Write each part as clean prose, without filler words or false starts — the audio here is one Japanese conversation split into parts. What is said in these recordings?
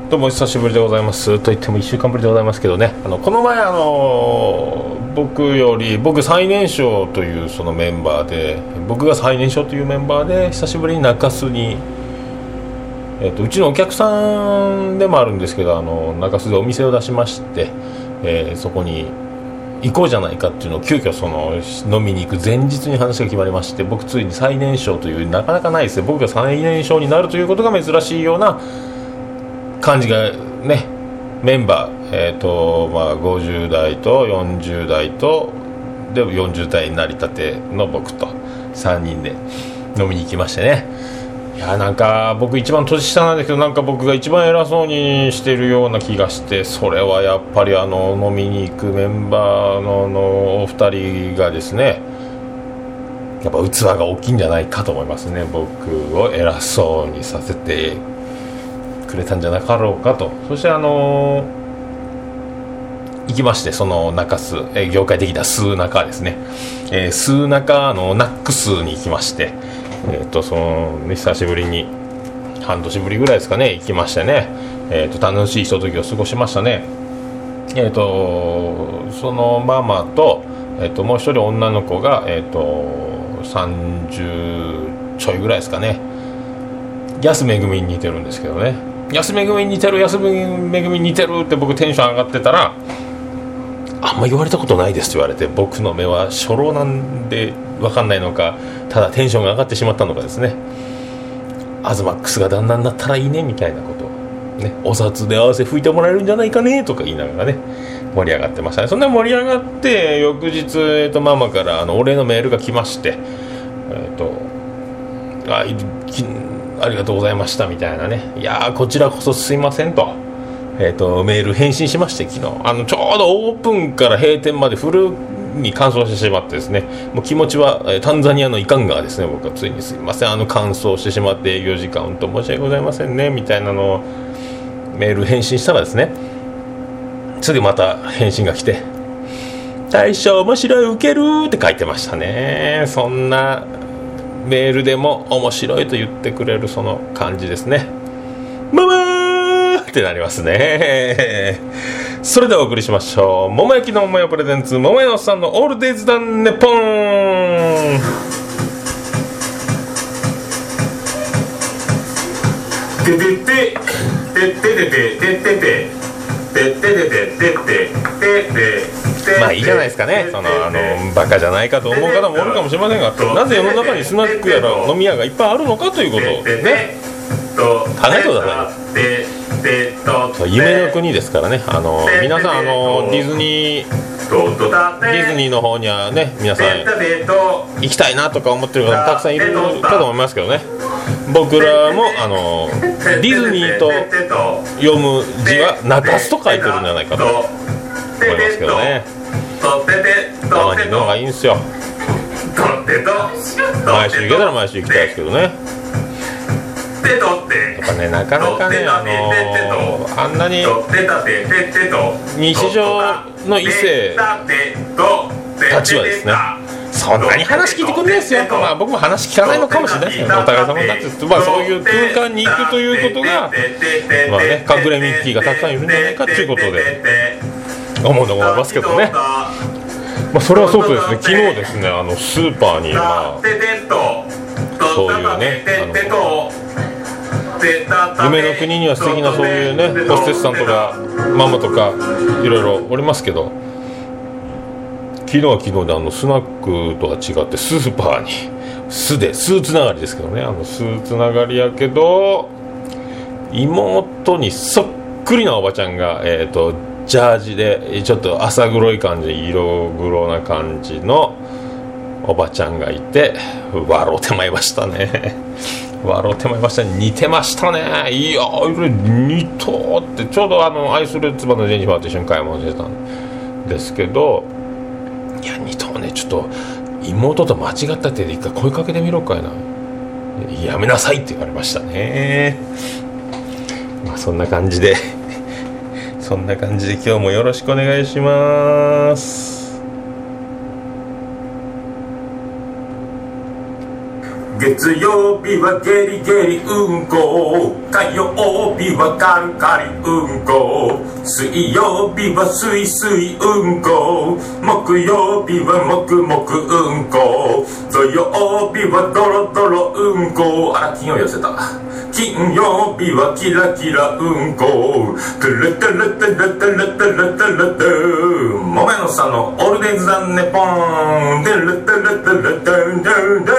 どうも久しぶりでございますと言っても1週間ぶりでございますけどね、この前僕最年少というそのメンバーで、僕が最年少というメンバーで久しぶりに中洲に、うちのお客さんでもあるんですけど、中洲でお店を出しまして、そこに行こうじゃないかっていうのを急遽その飲みに行く前日に話が決まりまして、僕ついに最年少という、なかなかないですね、僕が最年少になるということが珍しいような感じがね、メンバー、50代と40代とで40代になりたての僕と3人で飲みに行きましてね。いや、なんか僕一番年下なんですけど、なんか僕が一番偉そうにしてるような気がして、それはやっぱり飲みに行くメンバーのお二人がですね、やっぱ器が大きいんじゃないかと思いますね。僕を偉そうにさせてくれたんじゃなかろうかと。そして行きまして、その中洲、業界的なスーナカですね、スーナカのナックスに行きまして、久しぶりに半年ぶりぐらいですかね、行きましてね、楽しいひとときを過ごしましたね。そのママと、もう一人女の子が、30ちょいぐらいですかね。安めぐみに似てるんですけどね、安めぐみに似てるって僕テンション上がってたら、あんま言われたことないですと言われて、僕の目は初老なんで分かんないのか、ただテンションが上がってしまったのかですね、アズマックスが旦那になったらいいねみたいなことをね、お札で合わせ吹いてもらえるんじゃないかねとか言いながらね、盛り上がってましたね。そんな盛り上がって、翌日、ママからお礼のメールが来まして、ありがとうございましたみたいなね、いやこちらこそすいませんと、メール返信しまして、昨日ちょうどオープンから閉店までフルに乾燥してしまってですね、もう気持ちはタンザニアのイカンガーですね。僕はついにすいません、乾燥してしまって営業時間本当申し訳ございませんねみたいなのをメール返信したらですね、すぐまた返信が来て、大将面白い、ウケるって書いてましたね。そんなメールでも面白いと言ってくれるその感じですね。ママーってなりますね。それではお送りしましょう。桃焼きの桃屋プレゼンツ、桃屋のおっさんのオールデイズダンネポン。てててててててててて、まあいいじゃないですかね。バカじゃないかと思う方もおるかもしれませんが、なぜ世の中にスナックやら飲み屋がいっぱいあるのかということをね、考えてください。夢の国ですからね。皆さんディズニーの方にはね、皆さん行きたいなとか思ってる方もたくさんいるかと思いますけどね、僕らもディズニーと読む字は中洲と書いてるんじゃないかと思いますけどね。たまに行くのがいいんですよ。毎週行けたら毎週行きたいですけどね。やっぱね、なかなかね、あんなに日常の異性たちはですね、そんなに話聞いてくんないですよ。まあ僕も話聞かないのかもしれないですけど、お互い様だって、そういう空間に行くということが、まあね、隠れミッキーがたくさんいるんじゃないかということで思いますけどね。それはそうとですね、昨日ですね、スーパーにそういうね、夢の国には素敵なそういうね、ホステスさんとかママとかいろいろおりますけど、昨日は昨日でスナックとは違ってスーパーにスーツながりですけどね、スーツながりやけど妹にそっくりなおばちゃんが、ジャージでちょっと浅黒い感じ、色黒な感じのおばちゃんがいて、笑うてまいましたね。似てましたね。いや似とって、ちょうど愛する妻のジェニファーと一緒に買い物してたんですけど、いや似とね、ちょっと妹と間違った手で一回声かけてみろかいな、やめなさいって言われましたね。そんな感じで今日もよろしくお願いします。 月曜日はゲリゲリうんこ、火曜日はカリカリうんこ、水曜日はスイスイうんこ、木曜日はもくもくうんこ、土曜日はドロドロうんこ、あら金曜日寄せた、金曜日はキラキラうんこ、トゥルトゥルトゥルトゥルトゥルトゥルトゥ、もめのさんのオールデイズザンネポン、トゥルトゥルトゥルトゥルトゥル。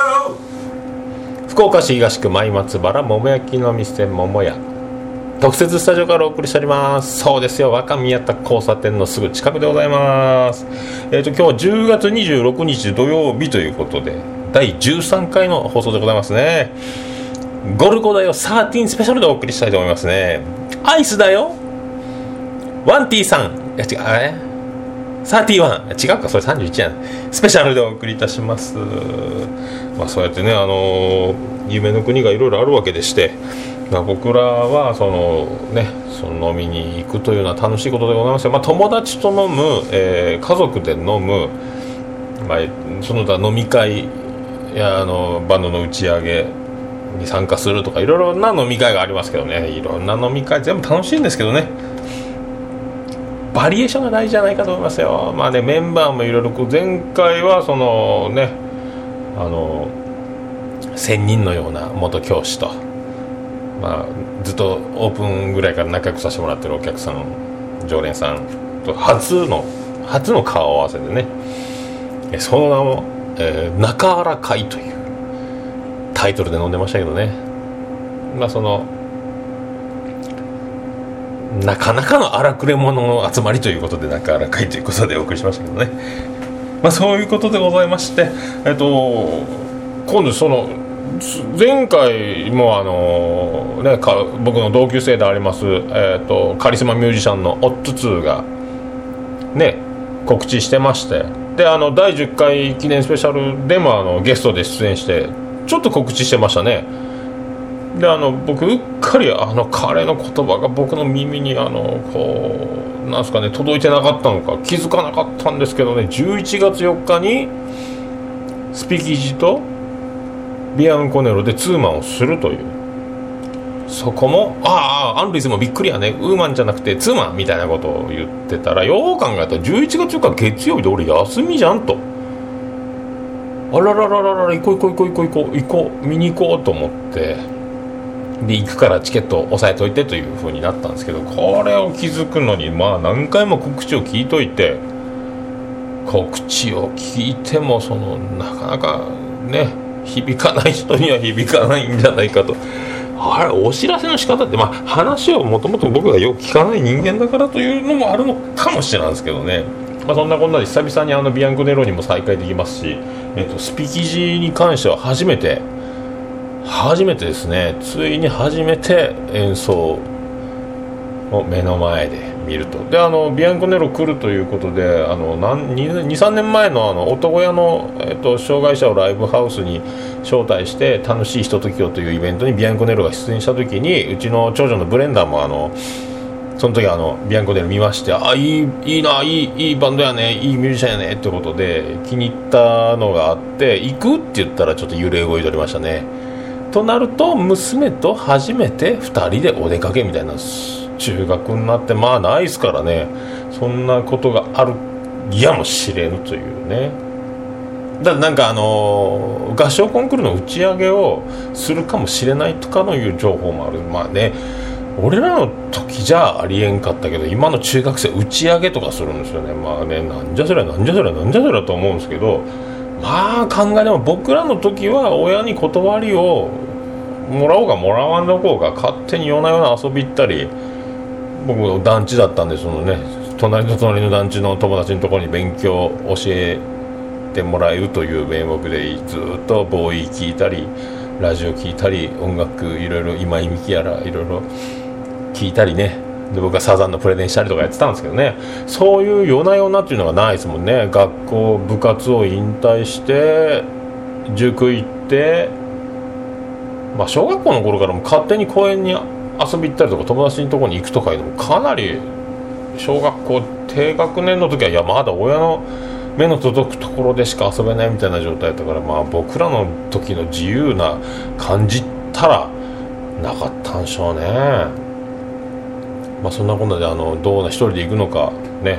福岡市東区前松原桃焼きの店桃屋特設スタジオからお送りしております。そうですよ、若宮田交差点のすぐ近くでございます。今日は10月26日土曜日ということで第13回の放送でございますね。ゴルゴだよ13スペシャルでお送りしたいと思いますね。アイスだよワンティーさん、いや違う、31違うか、それ31やん。スペシャルでお送りいたします。そうやってね、夢の国がいろいろあるわけでして、僕らはその飲みに行くというのは楽しいことでございますよ。友達と飲む、家族で飲む、その他飲み会やバンドの打ち上げに参加するとかいろいろな飲み会がありますけどね、いろんな飲み会全部楽しいんですけどね、バリエーションが大事じゃないかと思いますよ。メンバーもいろいろ、前回はそのね1000人のような元教師と、ずっとオープンぐらいから仲良くさせてもらってるお客さん、常連さんと初の顔合わせでね、その名も、中原会というタイトルで飲んでましたけどね、そのなかなかの荒くれ者の集まりということで中原会ということでお送りしましたけどね、そういうことでございまして、今度その前回も僕の同級生であります、カリスマミュージシャンのオッツ2がね告知してまして、で第10回記念スペシャルでもゲストで出演してちょっと告知してましたね。で僕うっかり彼の言葉が僕の耳になんすかね届いてなかったのか気づかなかったんですけどね、11月4日にスピキジとビアンコネロでツーマンをするという、そこもアンリスもびっくりやね、ウーマンじゃなくてツーマンみたいなことを言ってたら、よう考えたら11月4日月曜日で俺休みじゃんと、あららららら行こう見に行こうと思って、で行くからチケット押さえといてという風になったんですけど、これを気づくのに何回も告知を聞いといて、告知を聞いてもなかなかね響かない人には響かないんじゃないかと。あれお知らせの仕方って話をもともと僕がよく聞かない人間だからというのもあるのかもしれないですけどね、そんなこんなで久々にビアンコネロにも再会できますし、スピキジに関しては初めてですね、ついに初めて演奏を目の前で見ると。でビアンコネロ来るということで2,3 年前の男屋の、障害者をライブハウスに招待して楽しいひとときをというイベントにビアンコネロが出演した時に、うちの長女のブレンダーもその時ビアンコネロ見まして、いいないいバンドやね、いいミュージシャンやねってことで気に入ったのがあって、行くって言ったらちょっと揺れ動いておりましたね。となると娘と初めて2人でお出かけみたいな、中学になってないですからね、そんなことがあるやもしれぬというね。だから合唱コンクールの打ち上げをするかもしれないとかのいう情報もある。俺らの時じゃありえんかったけど、今の中学生打ち上げとかするんですよね。なんじゃそりゃと思うんですけど、考えれば僕らの時は親に断りをもらおうがもらわんどこうが勝手に夜な夜な遊び行ったり、僕団地だったんで隣の団地の友達のところに勉強を教えてもらえるという名目でずっとボーイ聞いたりラジオ聞いたり音楽いろいろ今井美樹やらいろいろ聞いたりね、で僕はサザンのプレゼンしたりとかやってたんですけどね、そういう夜な夜なっていうのがないですもんね。学校部活を引退して塾行って、小学校の頃からも勝手に公園に遊び行ったりとか友達のところに行くとかいうのもかなり小学校低学年の時はまだ親の目の届くところでしか遊べないみたいな状態だから、まあ僕らの時の自由な感じたらなかったんでしょうね。まあそんなこんなでどうな一人で行くのかね、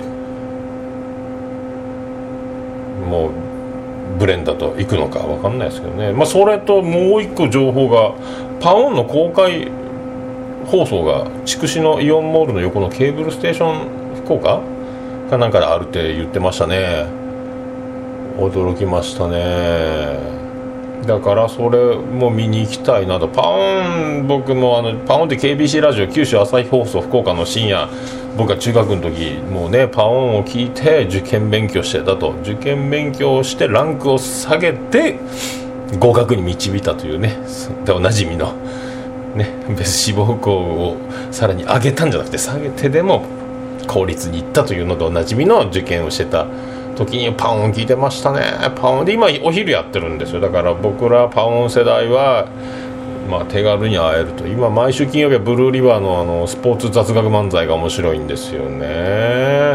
もうブレンダーと行くのか分かんないですけどね。まあそれともう一個情報が、パオンの公開放送が筑紫のイオンモールの横のケーブルステーション福岡かなんかであるって言ってましたね。驚きましたね。だからそれも見に行きたいなと。パオン、僕もパオンって KBC ラジオ九州朝日放送福岡の深夜、僕が中学の時もうねパオンを聞いて受験勉強してたと。受験勉強してランクを下げて合格に導いたというね、でおなじみのね、別志望校をさらに上げたんじゃなくて下げてでも公立に行ったというのでおなじみの受験をしてた時にパオン聞いてましたね。パオンで今お昼やってるんですよ。だから僕らパオン世代は、まあ、手軽に会えると。今毎週金曜日はブルーリバーのスポーツ雑学漫才が面白いんですよね。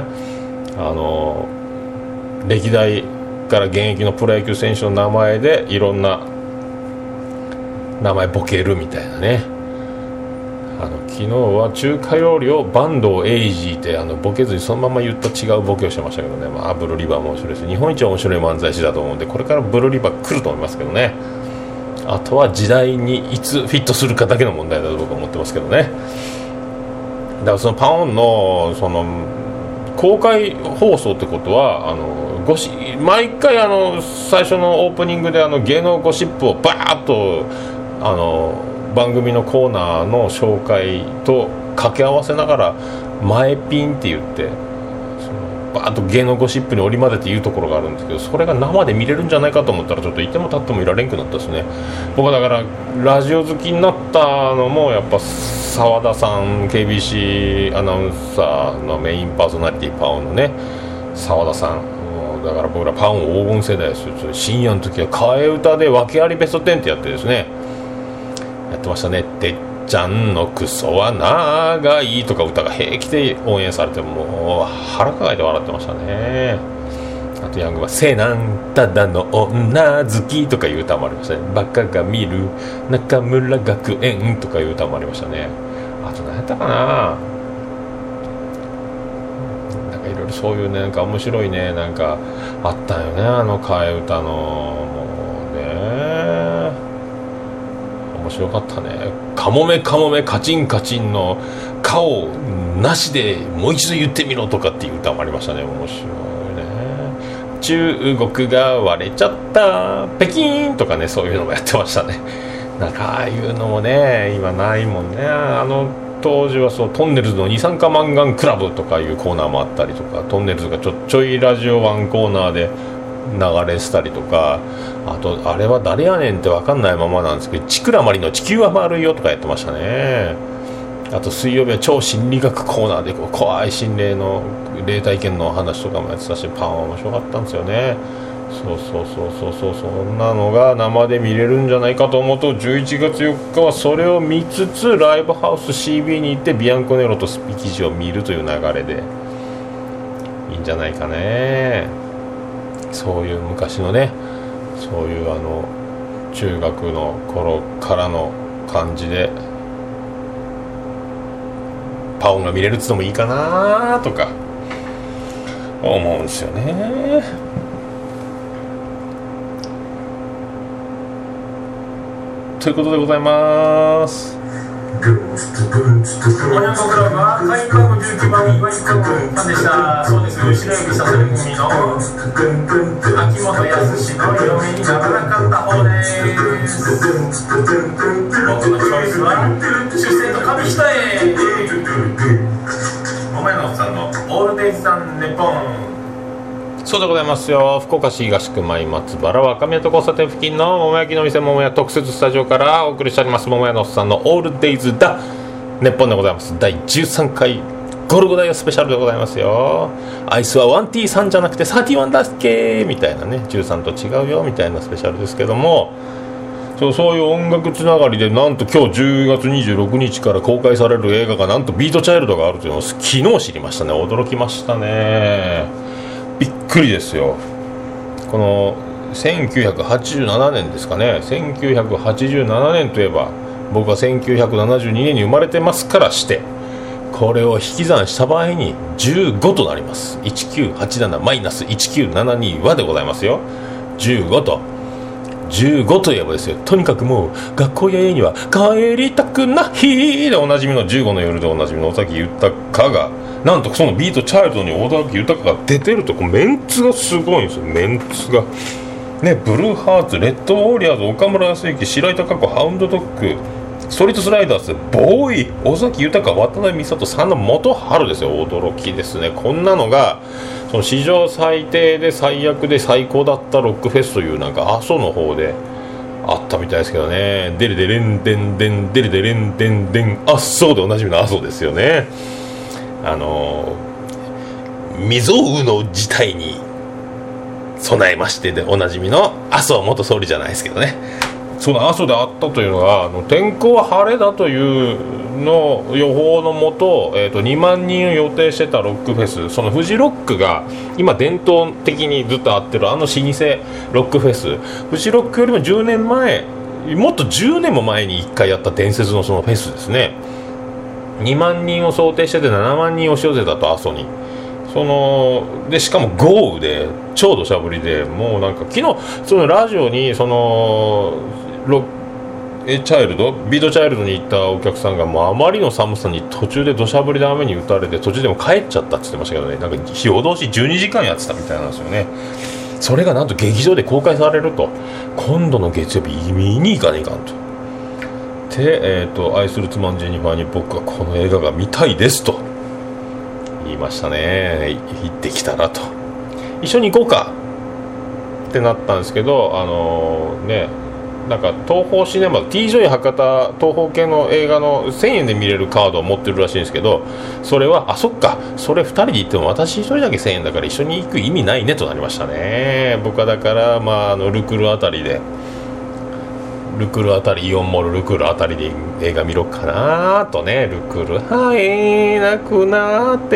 歴代から現役のプロ野球選手の名前でいろんな名前ボケるみたいなね。昨日は中華料理を坂東英二ってボケずにそのまま言った違うボケをしてましたけどね。まあブルーリバーも面白いです。日本一面白い漫才師だと思うんで、これからブルーリバー来ると思いますけどね。あとは時代にいつフィットするかだけの問題だと僕は思ってますけどね。だからそのパオンのその公開放送ってことは毎回最初のオープニングで芸能ゴシップをバーッと番組のコーナーの紹介と掛け合わせながら前ピンって言ってバーッと芸能ゴシップに織り交ぜて言うところがあるんですけど、それが生で見れるんじゃないかと思ったらちょっといても立ってもいられんくなったですね。僕はだからラジオ好きになったのもやっぱ澤田さん、 KBC アナウンサーのメインパーソナリティパオンのね澤田さん、だから僕らパオン黄金世代ですよ。深夜の時は替え歌で訳ありベスト10ってやってですねやってましたね。てっちゃんのクソは長いとか歌が平気で応援されてもう腹抱えて笑ってましたね。あとヤングはせなんただの女好きとかいう歌もありましたね。バカが見る中村学園とかいう歌もありましたね。あと何やったかな、なんかいろいろそういうねなんか面白いねなんかあったよね替え歌のもうね面白かったね。カモメカモメカチンカチンの顔なしでもう一度言ってみろとかっていう歌もありましたね。面白いね。中国が割れちゃった北京とかね、そういうのもやってましたね。なんかああいうのもね今ないもんね。当時はそうトンネルズの二酸化マンガンクラブとかいうコーナーもあったりとか、トンネルズがちょいラジオワンコーナーで流れしたりとか、あとあれは誰やねんって分かんないままなんですけどチクラマリの地球は丸いよとかやってましたね。あと水曜日は超心理学コーナーで怖い心霊の霊体験の話とかもやってたし、パンは面白かったんですよね。そうそんなのが生で見れるんじゃないかと思うと、11月4日はそれを見つつライブハウス CB に行ってビアンコネロとスピキジを見るという流れでいいんじゃないかね。そういう昔のね、そういう中学の頃からの感じでパオンが見れるってのもいいかなとか思うんですよね。ということでございます。 オニャンコクラブは会員番号19番岩井さんでした。そうです、後ろ指させる組の秋元康の嫁にならなかった方です。僕のチョイスは出世と紙一重。桃屋のおっさんのオールデイズ・ザ・ネポン。 そうでございますよ。福岡市東区前松原若宮と交差点付近の桃焼きの店桃屋特設スタジオからお送りしております桃屋のおっさんのオールデイズだ日本でございます。第13回ゴルゴダイヤスペシャルでございますよ。アイスは 1T3 じゃなくて31だっけみたいなね、13と違うよみたいなスペシャルですけども、そういう音楽つながりでなんと今日10月26日から公開される映画がなんとビートチャイルドがあるというのを昨日知りましたね。驚きましたね。びっくくりですよ。この1987年ですかね。1987年といえば僕は1972年に生まれてますからして、これを引き算した場合に15となります。1987マイナス1972はでございますよ。15といえばですよ、とにかくもう学校や家には帰りたくないでおなじみの15の夜でおなじみの尾崎豊が、なんとそのビートチャイルドに尾崎豊が出てると、メンツがすごいんですよ。メンツがね、ブルーハーツ、レッドウォリアーズ、岡村康之、白井貴子、ハウンドドッグ、ストリートスライダーズ、ボーイ、尾崎豊、渡辺美里、佐野元春ですよ。驚きですね。こんなのがその史上最低で最悪で最高だったロックフェスというなんか阿蘇の方であったみたいですけどね。デレデレンデンデンデレデレンデンデン阿蘇でおなじみの阿蘇ですよね。未曾有の事態に備えましてでおなじみの麻生元総理じゃないですけどね。その阿蘇であったというのが、天候は晴れだというの予報のもと、2万人を予定してたロックフェス、そのフジロックが今伝統的にずっとあってる老舗ロックフェス、フジロックよりも10年前、もっと10年も前に1回やった伝説のそのフェスですね。2万人を想定してて7万人押し寄せたと、阿蘇に。でしかも豪雨で超土砂降りで、もうなんか昨日そのラジオにそのビートチャイルドに行ったお客さんが、もうあまりの寒さに途中で土砂降りで雨に打たれて途中でも帰っちゃったって言ってましたけどね。なんか夜通し12時間やってたみたいなんですよね。それがなんと劇場で公開されると、今度の月曜日見に行かねえかんと。で、愛する妻のジェニファーに僕はこの映画が見たいですと言いましたね。行ってきたらと、一緒に行こうかってなったんですけど、なんか東宝シネマ T ジョイ博多東宝系の映画の1000円で見れるカードを持ってるらしいんですけど、それはそっか、それ2人で行っても私1人だけ1000円だから一緒に行く意味ないねとなりましたね。僕はだからルクルあたりイオンモールルクルあたりで映画見ろかなとね。ルクル会えなくなって、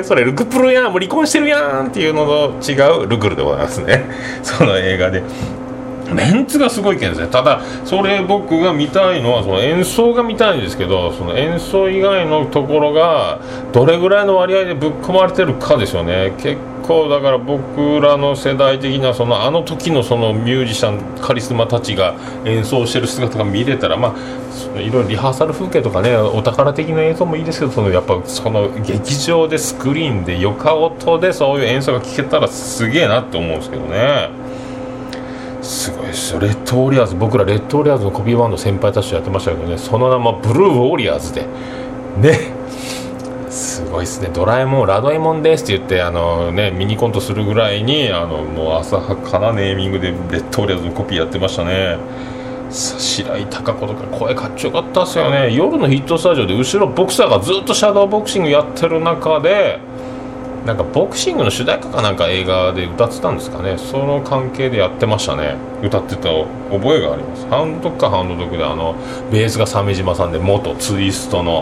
それルクプルやん、もう離婚してるやんっていうのと違うルクルでございますね。その映画でメンツがすごいけんですね。ただそれ僕が見たいのはその演奏が見たいんですけど、その演奏以外のところがどれぐらいの割合でぶっ込まれてるかですよね。結構だから僕らの世代的なあの時のそのミュージシャンカリスマたちが演奏してる姿が見れたら、いろいろリハーサル風景とかね、お宝的な映像もいいですけど、やっぱその劇場でスクリーンでよか音でそういう演奏が聴けたらすげえなって思うんですけどね。すごいですよ。僕らレッドウォリアーズのコピーバンド先輩たちとやってましたけどね、その名前ブルーウォリアーズでね、すごいですね。ドラえもんラドエモンですって言ってミニコントするぐらいにもう浅はかなネーミングでレッドウォリアーズのコピーやってましたね。白井貴子とか声かっちょよかったですよね。夜のヒットスタジオで後ろボクサーがずっとシャドーボクシングやってる中で、なんかボクシングの主題歌かなんか映画で歌ってたんですかね。その関係でやってましたね。歌ってた覚えがあります。ハウンドドッグでベースが鮫島さんで、元ツイストの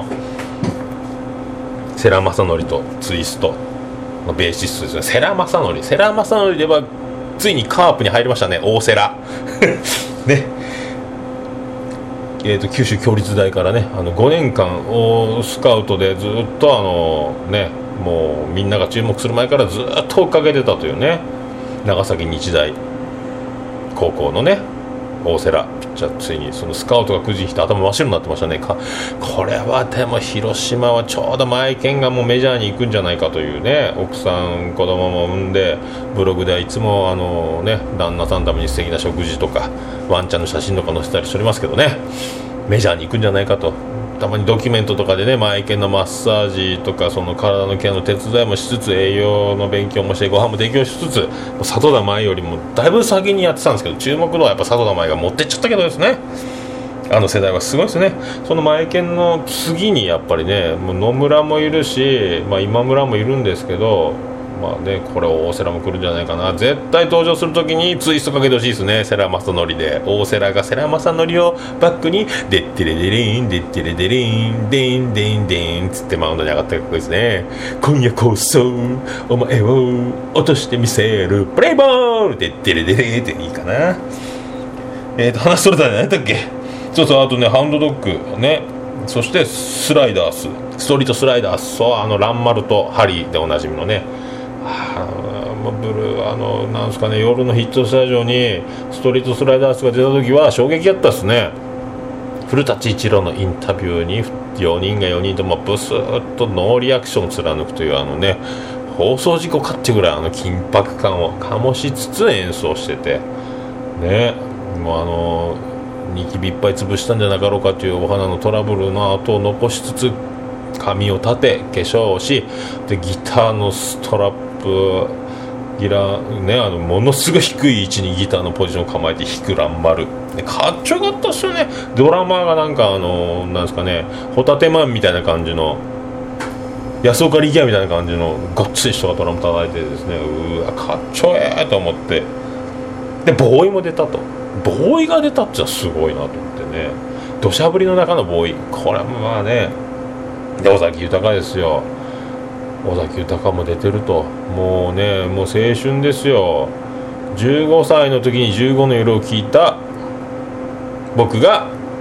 世良正則とツイストのベーシストですね。世良正則ではついにカープに入りましたね。大世良ね。九州共立大からね5年間スカウトでずっともうみんなが注目する前からずっと追っかけてたというね、長崎日大高校のね大瀬良ピッチャー、ついにそのスカウトがくじ引いて頭真っ白になってましたね。これはでも広島はちょうどマイケンがもうメジャーに行くんじゃないかというね、奥さん子供も産んでブログではいつも旦那さんのために素敵な食事とかワンちゃんの写真とか載せたりしておりますけどね、メジャーに行くんじゃないかと。たまにドキュメントとかでね、マイケンのマッサージとかその体のケアの手伝いもしつつ、栄養の勉強もしてご飯も提供しつつ、里田舞よりもだいぶ先にやってたんですけど、注目度はやっぱ里田舞が持ってっちゃったけどですね、世代はすごいですね。そのマイケンの次にやっぱりね、もう野村もいるし、今村もいるんですけど、 まあね、これ大瀬良も来るんじゃないかな。絶対登場するときにツイストかけてほしいですね。世良正則で、大瀬良が世良正則をバックにデッテレデリンデッテレデリンデンデンデンつってマウンドに上がった曲ですね。今夜こそお前を落としてみせるプレイボールデッテレデレっていいかな。話それたら何だっけ。そうそう、あとね、ハウンドドッグね、そしてスライダース、ストリートスライダース、そう、ランマルとハリーでおなじみのね、ブルー、なんですかね、夜のヒットスタジオにストリートスライダースが出た時は衝撃やったですね。古舘一郎のインタビューに4人が4人ともブスーッとノーリアクションを貫くというね、放送事故かっていうぐらい緊迫感を醸しつつ演奏しててね、もうニキビいっぱい潰したんじゃなかろうかというお肌のトラブルの後を残しつつ髪を立て化粧をし、でギターのストラップギラね、ものすごい低い位置にギターのポジションを構えて弾くランマル、ね、かっちょよかったっすよね。ドラマーがなんかなんですかね、ホタテマンみたいな感じの安岡力也みたいな感じのごっつい人がドラム叩いてですね、うわかっちょええと思って、でボーイも出たと、ボーイが出たってのはすごいなと思ってね、土砂降りの中のボーイ、これもまあね、で尾崎豊ですよ。尾崎豊も出てると、もうね、もう青春ですよ。15歳の時に15の夜を聞いた僕が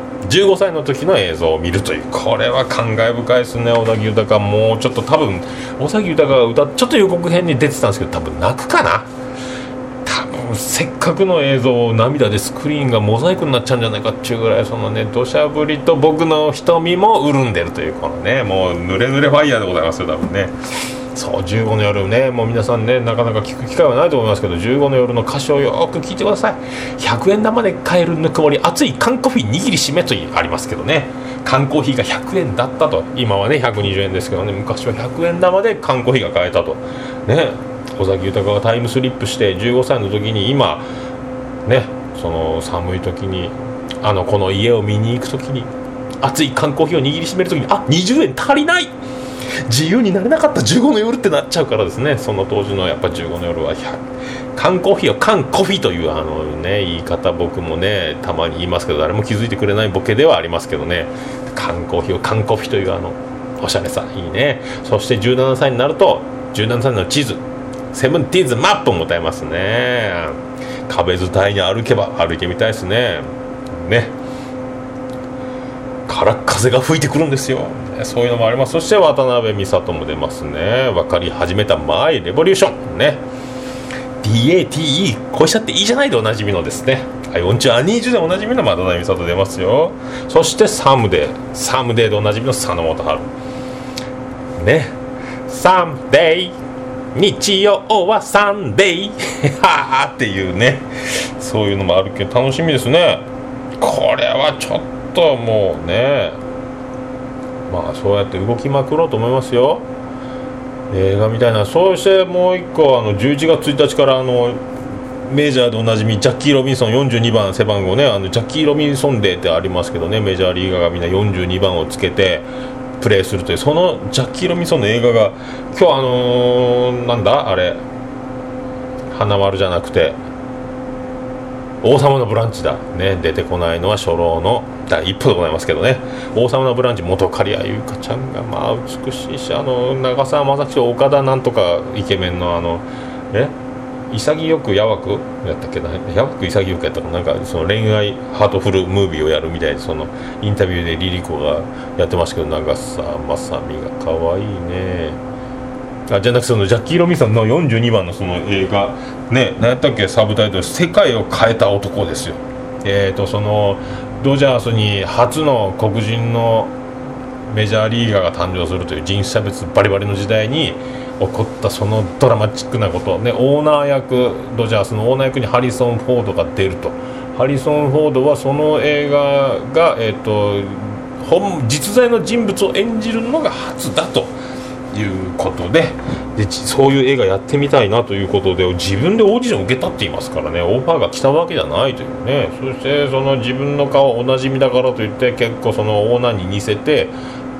15歳の時の映像を見るという、これは感慨深いですね。尾崎豊、もうちょっと多分尾崎豊が歌ちょっと予告編に出てたんですけど、多分泣くかな。多分せっかくの映像を涙でスクリーンがモザイクになっちゃうんじゃないかっていうぐらい、そのね、土砂降りと僕の瞳も潤んでるという、このね、もう濡れ濡れファイヤーでございますよ多分ね。そう、15の夜ね、もう皆さんね、なかなか聞く機会はないと思いますけど、15の夜の歌詞をよく聞いてください。100円玉で買えるぬくもり、熱い缶コーヒー握りしめとありますけどね、缶コーヒーが100円だったと。今はね120円ですけどね、昔は100円玉で缶コーヒーが買えたとね。尾崎豊がタイムスリップして15歳の時に、今ね、その寒い時にこの家を見に行く時に熱い缶コーヒーを握りしめる時に、20円足りない、自由になれなかった15の夜ってなっちゃうからですね。その当時のやっぱ15の夜は缶コーヒーを缶コフィというね、言い方、僕もねたまに言いますけど、誰も気づいてくれないボケではありますけどね、缶コーヒーを缶コフィというおしゃれさ、いいね。そして17歳になると17歳の地図、セブンティーズマップも歌えますね。壁伝いに歩けば歩いてみたいですね。から風が吹いてくるんですよ。そういうのもあります。そして渡辺美里も出ますね。分かり始めたマイレボリューションね。DATE 恋しちゃっていいじゃないでおなじみのですね。I want you I need youでおなじみの渡辺美里出ますよ。そしてサムデーでおなじみの佐野元春ね。サムデー、日曜はサンデーはーっていうね、そういうのもあるけど楽しみですね。これはちょっともうね、まあそうやって動きまくろうと思いますよ、映画みたいな。そしてもう一個11月1日からメジャーでおなじみジャッキー・ロビンソン42番背番号ね、ジャッキー・ロビンソンデーってありますけどね、メジャーリーガーがみんな42番をつけてプレーするという、そのジャッキー・ロビンソンの映画が今日なんだあれ、花丸じゃなくて王様のブランチだね。出てこないのは初老の第一歩でございますけどね。王様のブランチ元刈谷優香ちゃんがまあ美しいし、長澤まさきと岡田なんとかイケメンの潔くやわくやったっけな、やわく潔くやったかなんか、その恋愛ハートフルムービーをやるみたいで、そのインタビューでリリコがやってましたけど、長澤まさみが可愛いね。じゃなくてそのジャッキー・ロビンソンの42番のその映画ね、何やったっけ、サブタイトル世界を変えた男ですよ。そのドジャースに初の黒人のメジャーリーガーが誕生するという人種差別バリバリの時代に起こったそのドラマチックなことね。オーナー役、ドジャースのオーナー役にハリソン・フォードが出ると。ハリソン・フォードはその映画が、実在の人物を演じるのが初だということで、そういう映画やってみたいなということで自分でオーディション受けたって言いますからね。オファーが来たわけじゃないというね。そしてその自分の顔おなじみだからといって結構そのオーナーに似せて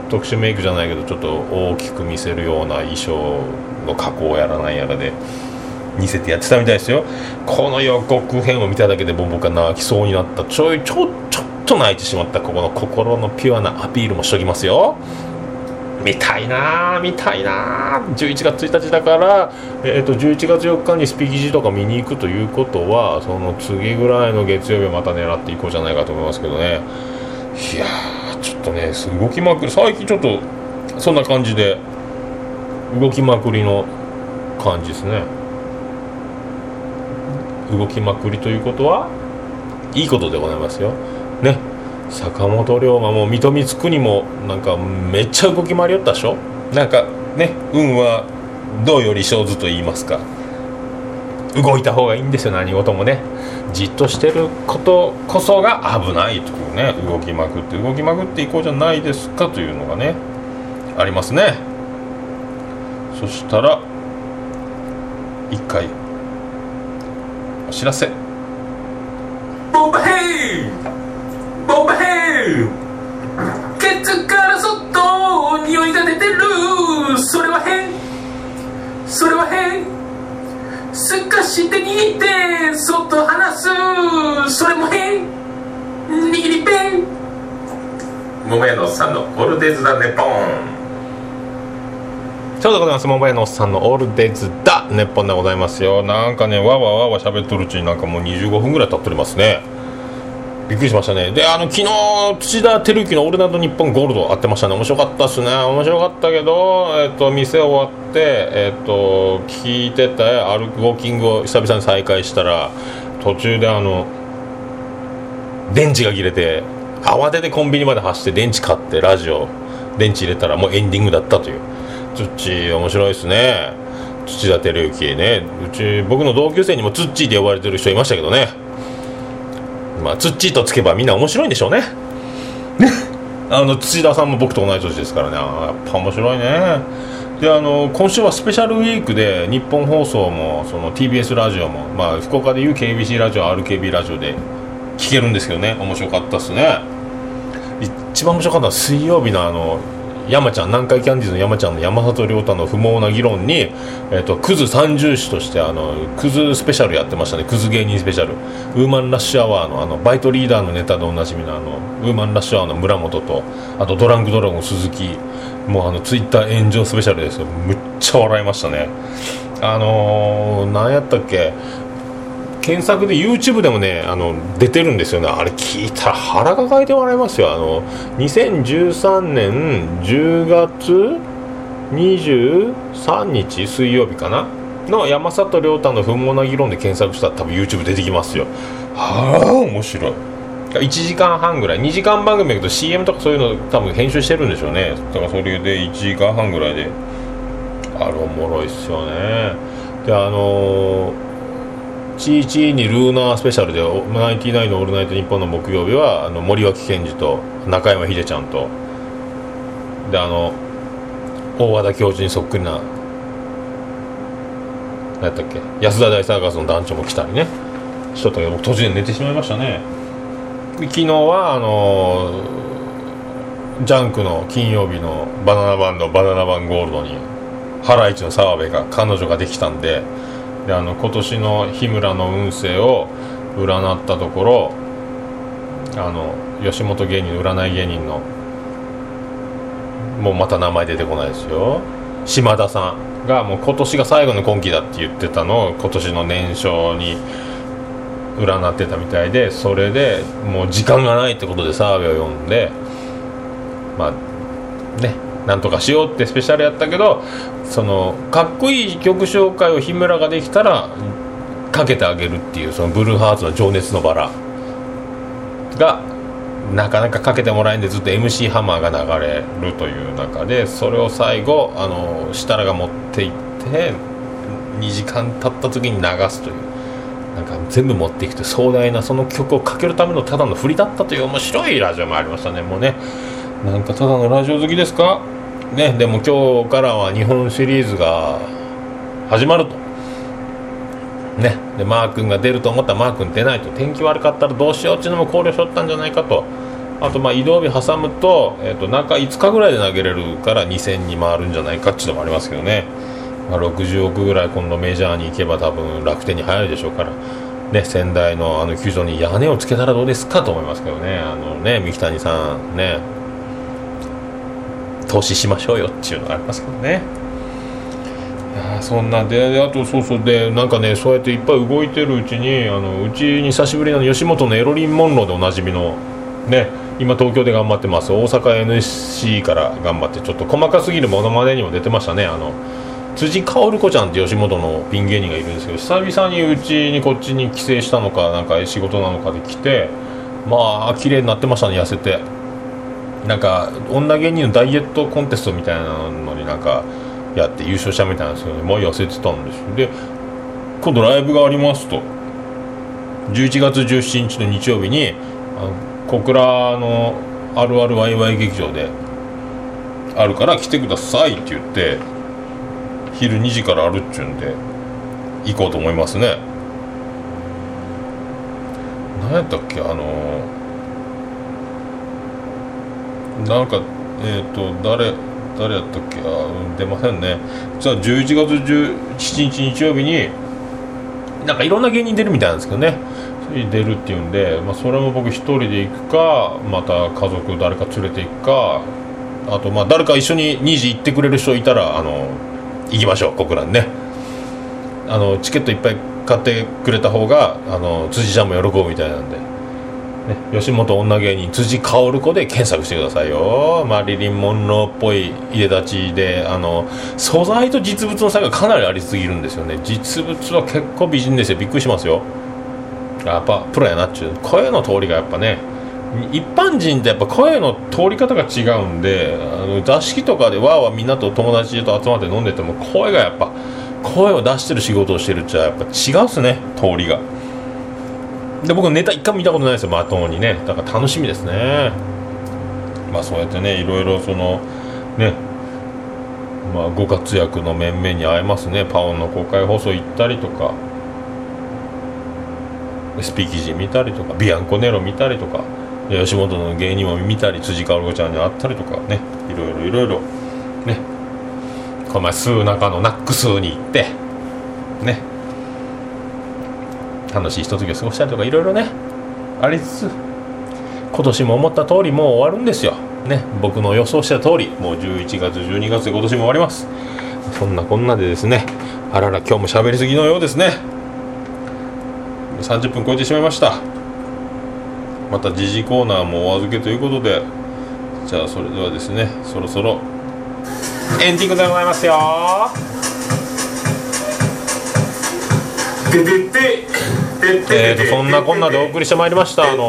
特殊メイクじゃないけどちょっと大きく見せるような衣装の加工をやらないやらで似せてやってたみたいですよ。この予告編を見ただけで僕は泣きそうになった。ちょっと泣いてしまった。ここの心のピュアなアピールもしときますよ。見たいな11月1日だから、11月4日にスピキジとか見に行くということはその次ぐらいの月曜日をまた狙っていこうじゃないかと思いますけどね。いやーちょっとね動きまくり、最近ちょっとそんな感じで動きまくりの感じですね。動きまくりということはいいことでございますよね。坂本龍馬も水戸光圀もなんかめっちゃ動き回りよったでしょ。なんかね、運は道より生ずと言いますか、動いた方がいいんですよ。何事もね、じっとしてることこそが危ないというね。動きまくっていこうじゃないですかというのがねありますね。そしたら一回お知らせ。 ボンバヘイケツからそっと匂いが出てる。それは変すかして握ってそっと離す。それも変握りペン。桃屋のおっさんのオールデイズだネポン。 そうでございます。桃屋のおっさんのオールデイズだネッポンでございますよ。なんかねわわ喋っとるうちになんかもう25分ぐらい経っておりますね。びっくりしましたね。で昨日土田照之のオールナイトニッポンゴールド会ってましたね。面白かったっすね。面白かったけど、店終わって、聞いてたウォーキングを久々に再開したら途中で電池が切れて慌ててコンビニまで走って電池買ってラジオ電池入れたらもうエンディングだったという。ツッチー面白いですね。土田照之ね。僕の同級生にもツッチーで呼ばれてる人いましたけどね。まあツッチーとつけばみんな面白いんでしょうね。土田さんも僕と同い年ですからね。やっぱ面白いね。で今週はスペシャルウィークで日本放送もその TBS ラジオも、まあ、福岡でいう KBC ラジオ RKB ラジオで聞けるんですけどね。面白かったっすね。一番面白かったのは水曜日の山ちゃん、南海キャンディーズの山ちゃんの山里亮太の不毛な議論に、クズ三重視としてクズスペシャルやってましたね。クズ芸人スペシャル。ウーマンラッシュアワーのバイトリーダーのネタでおなじみのウーマンラッシュアワーの村本と、あとドランクドラゴン鈴木、もうツイッター炎上スペシャルですよ。むっちゃ笑いましたね。何やったっけ、検索で YouTube でもね出てるんですよね。あれ聞いたら腹抱えて笑いますよ。2013年10月23日水曜日かなの山里亮太の不毛な議論で検索したら多分 YouTube 出てきますよ。面白い。1時間半ぐらい、2時間番組だけど CM とかそういうの多分編集してるんでしょうね。だからそれで1時間半ぐらいでおもろいっすよね。でチーチーにルーナースペシャルでナインティナインのオールナイトニッポンの木曜日は森脇健児と中山秀ちゃんとで大和田教授にそっくりな何やったっけ安田大サーカスの団長も来たりねしとったけど僕途中で寝てしまいましたね。昨日はジャンクの金曜日のバナナバンドバナナバンゴールドにハライチの澤部が彼女ができたんで今年の日村の運勢を占ったところ吉本芸人の占い芸人のもうまた名前出てこないですよ、島田さんがもう今年が最後の今期だって言ってたのを今年の年少に占ってたみたいで、それでもう時間がないってことで澤部を呼んでまあねなんとかしようってスペシャルやったけど、そのかっこいい曲紹介を日村ができたらかけてあげるっていうそのブルーハーツの情熱のバラがなかなかかけてもらえんでずっと MC ハマーが流れるという中で、それを最後設楽が持っていって2時間経った時に流すというなんか全部持っていくという壮大なその曲をかけるためのただの振りだったという面白いラジオもありましたね。もうねなんかただのラジオ好きですかね。でも今日からは日本シリーズが始まるとね。でマー君が出ると思ったらマー君出ないと、天気悪かったらどうしようっていうのも考慮しとったんじゃないかとあと移動日挟むと、中5日ぐらいで投げれるから2000に回るんじゃないかっていうのもありますけどね、60億ぐらい今度メジャーに行けば多分楽天に入るでしょうからね、仙台の球場に屋根をつけたらどうですかと思いますけどね、三木谷さんね、投資しましょうよっていうのがありますけどね。そんなで、あとそうでなんかね、そうやっていっぱい動いてるうちにうちに久しぶりの吉本のエロリン・モンローでおなじみのね、今東京で頑張ってます大阪 NSC から頑張って、ちょっと細かすぎるモノマネにも出てましたね。辻薫子ちゃんって吉本のピン芸人がいるんですけど、久々にうちにこっちに帰省したのかなんか仕事なのかで来て、綺麗になってましたね、痩せて。なんか女芸人のダイエットコンテストみたいなのになんかやって優勝したみたいなんですけどね、痩せてたんですよ。で今度ライブがありますと、11月17日の日曜日に小倉のあるあるワイワイ劇場であるから来てくださいって言って、昼2時からあるっちゅうんで行こうと思いますね。何やったっけ、なんか誰やったっけ、出ませんね。じゃあ11月17日日曜日になんかいろんな芸人出るみたいなんですけどね、出るっていうんで、それも僕一人で行くか、また家族誰か連れて行くか、あと誰か一緒に2時行ってくれる人いたら行きましょう。小倉にね、チケットいっぱい買ってくれた方が辻ちゃんも喜ぶみたいなんで、ね、吉本女芸人辻薫子で検索してくださいよ。マリリン・モンローっぽい入れ立ちで、素材と実物の差がかなりありすぎるんですよね。実物は結構美人ですよ。びっくりしますよ。やっぱプロやなっちゅう。声の通りがやっぱね、一般人ってやっぱ声の通り方が違うんで、座敷とかでわーわーみんなと友達と集まって飲んでても声がやっぱ声を出してる仕事をしてるっちゃやっぱ違うっすね、通りが。で僕ネタ一回も見たことないですよ、まともにね。だから楽しみですね。そうやってね、いろいろそのね、ご活躍の面々に会えますね。パオンの公開放送行ったりとか、スピキジ見たりとか、ビアンコネロ見たりとか、吉本の芸人も見たり、辻薫子ちゃんに会ったりとかね、いろいろね、この前スーナカのナックスに行ってね、楽しいひとときを過ごしたりとかいろいろねありつつ、今年も思った通りもう終わるんですよね。僕の予想した通りもう11月12月で今年も終わります。そんなこんなでですね、あらら今日も喋りすぎのようですね。30分超えてしまいました。また時事コーナーもお預けということで、じゃあそれではですね、そろそろエンディングでございますよ。そんなこんなでお送りしてまいりました。福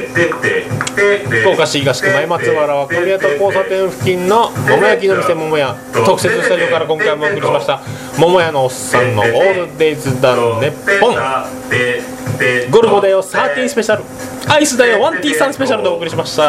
岡市東区前松原は国と交差点付近の桃焼きの店桃屋特設スタジオから今回もお送りしました桃屋のおっさんのオールデイズダンネッポンゴルゴだよ13スペシャル、アイスだよ 1T3 スペシャルでお送りしました。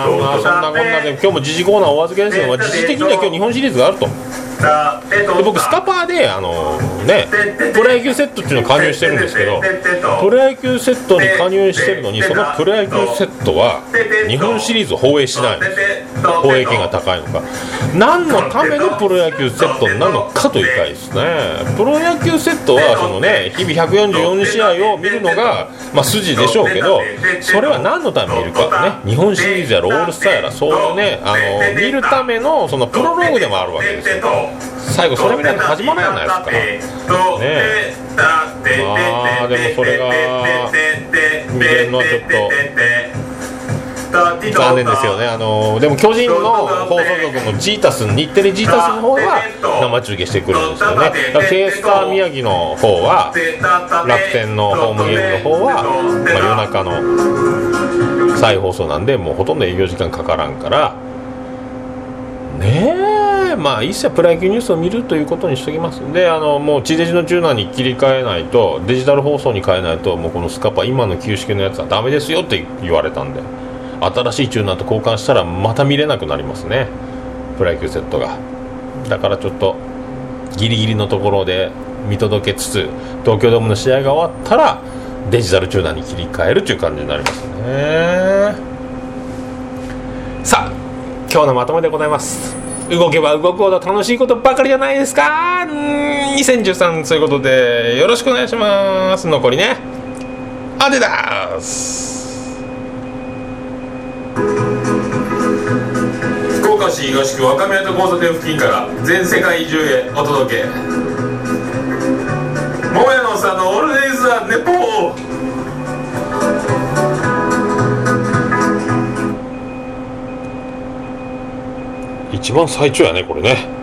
そんなこんなで今日も時事コーナーお預けですけど、時事的には今日日本シリーズがあると。で僕スカパーでプロ野球セットっていうのを加入してるんですけど、プロ野球セットに加入してるのに、そのプロ野球セットは日本シリーズを放映しないんですよ。放映権が高いのか、何のためのプロ野球セットなのかという回ですね。プロ野球セットはそのね、日々144試合を見るのが筋でしょうけど、それは何のために見るかね、日本シリーズやロールスターやらそういうね見るためのそのプロローグでもあるわけですよ。最後それみたいなの始まらないですからね。でもそれが見れるのはちょっと残念ですよね。でも巨人の放送局のジータス、日テレジータスの方は生中継してくるんですよね。Kスター宮城の方は、楽天のホームゲームの方は、夜中の再放送なんで、もうほとんど営業時間かからんからねえ。一切プロ野球ニュースを見るということにしておきますんで、もう地デジのチューナーに切り替えないと、デジタル放送に変えないと、もうこのスカパ今の旧式のやつはダメですよって言われたんで、新しいチューナーと交換したらまた見れなくなりますね、プロ野球セットが。だからちょっとギリギリのところで見届けつつ、東京ドームの試合が終わったらデジタルチューナーに切り替えるという感じになりますね。 さあ今日のまとめでございます。動けば動くほど楽しいことばかりじゃないですか。2013そういうことでよろしくお願いします。残りねアデダス。福岡市東区若宮と交差点付近から全世界中へお届け、桃屋のおっさんのオールデイズ・ザ・ネポー。一番最長やねこれね。